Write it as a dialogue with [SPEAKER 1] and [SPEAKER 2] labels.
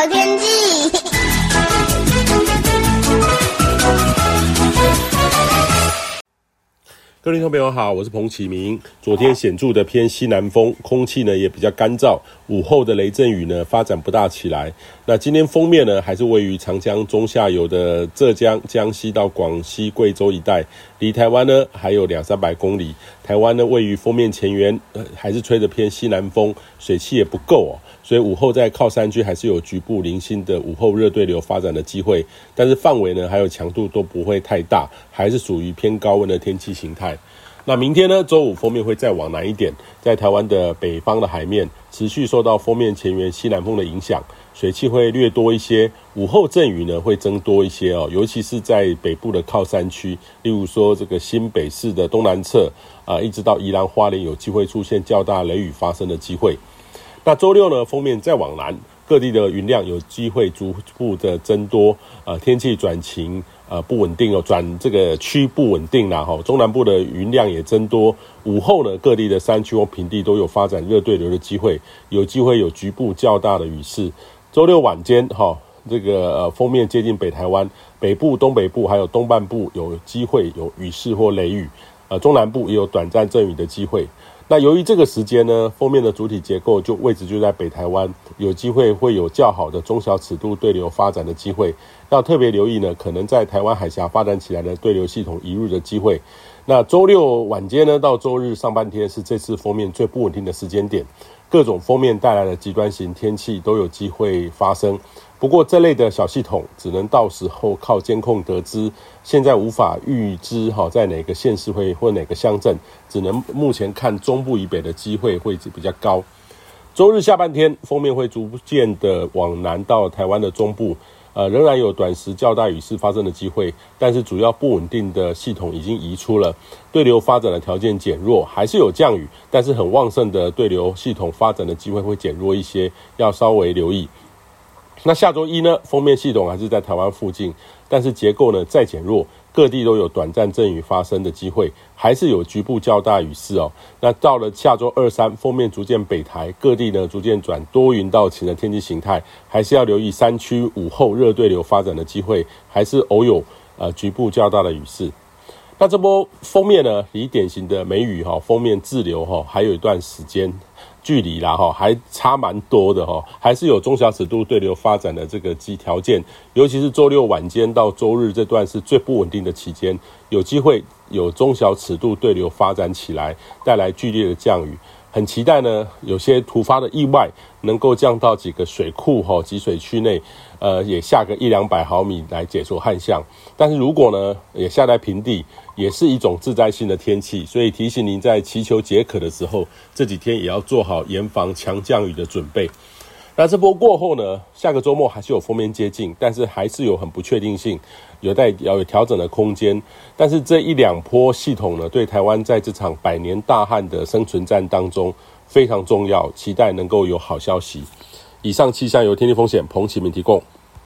[SPEAKER 1] 天气。
[SPEAKER 2] 各位听众朋友好，我是彭启明。昨天显著的偏西南风，空气呢也比较干燥，午后的雷阵雨呢发展不大起来。那今天锋面呢还是位于长江中下游的浙江、江西到广西、贵州一带，离台湾呢还有200-300公里。台湾呢位于锋面前缘，还是吹着偏西南风，水汽也不够所以午后在靠山区还是有局部零星的午后热对流发展的机会，但是范围呢还有强度都不会太大，还是属于偏高温的天气形态。那明天呢，周五锋面会再往南一点，在台湾的北方的海面持续受到锋面前缘西南风的影响，水汽会略多一些，午后阵雨呢会增多一些尤其是在北部的靠山区，例如说这个新北市的东南侧一直到宜兰花莲有机会出现较大雷雨发生的机会。那周六呢，锋面再往南，各地的云量有机会逐步的增多，天气转晴，不稳定转这个趋不稳定啦中南部的云量也增多，午后呢，各地的山区或平地都有发展热对流的机会，有机会有局部较大的雨势。周六晚间这个锋面接近北台湾，北部、东北部还有东半部有机会有雨势或雷雨，中南部也有短暂阵雨的机会。那由于这个时间呢，锋面的主体结构位置就在北台湾，有机会会有较好的中小尺度对流发展的机会，要特别留意呢，可能在台湾海峡发展起来的对流系统移入的机会。那周六晚间呢到周日上半天是这次锋面最不稳定的时间点，各种锋面带来的极端型天气都有机会发生。不过这类的小系统只能到时候靠监控得知，现在无法预知在哪个县市会或哪个乡镇，只能目前看中部以北的机会会比较高。周日下半天锋面会逐渐的往南到台湾的中部，仍然有短时较大雨势发生的机会，但是主要不稳定的系统已经移出了，对流发展的条件减弱，还是有降雨，但是很旺盛的对流系统发展的机会会减弱一些，要稍微留意。那下周一呢，锋面系统还是在台湾附近，但是结构呢再减弱，各地都有短暂阵雨发生的机会，还是有局部较大雨势那到了下周2、3，锋面逐渐北台，各地呢逐渐转多云到晴的天气形态，还是要留意山区午后热对流发展的机会，还是偶有局部较大的雨势。那这波锋面呢，离典型的梅雨锋面滞留还有一段时间距离啦还差蛮多的还是有中小尺度对流发展的这个条件，尤其是周六晚间到周日这段是最不稳定的期间，有机会有中小尺度对流发展起来，带来剧烈的降雨。很期待呢，有些突发的意外能够降到几个水库集水区内，也下个100-200毫米来解除旱象。但是如果呢也下在平地，也是一种致灾性的天气，所以提醒您在祈求解渴的时候，这几天也要做好严防强降雨的准备。那这波过后呢，下个周末还是有锋面接近，但是还是有很不确定性，要有调整的空间。但是这1-2波系统呢，对台湾在这场100年大旱的生存战当中非常重要，期待能够有好消息。以上气象由天气风险彭启明提供。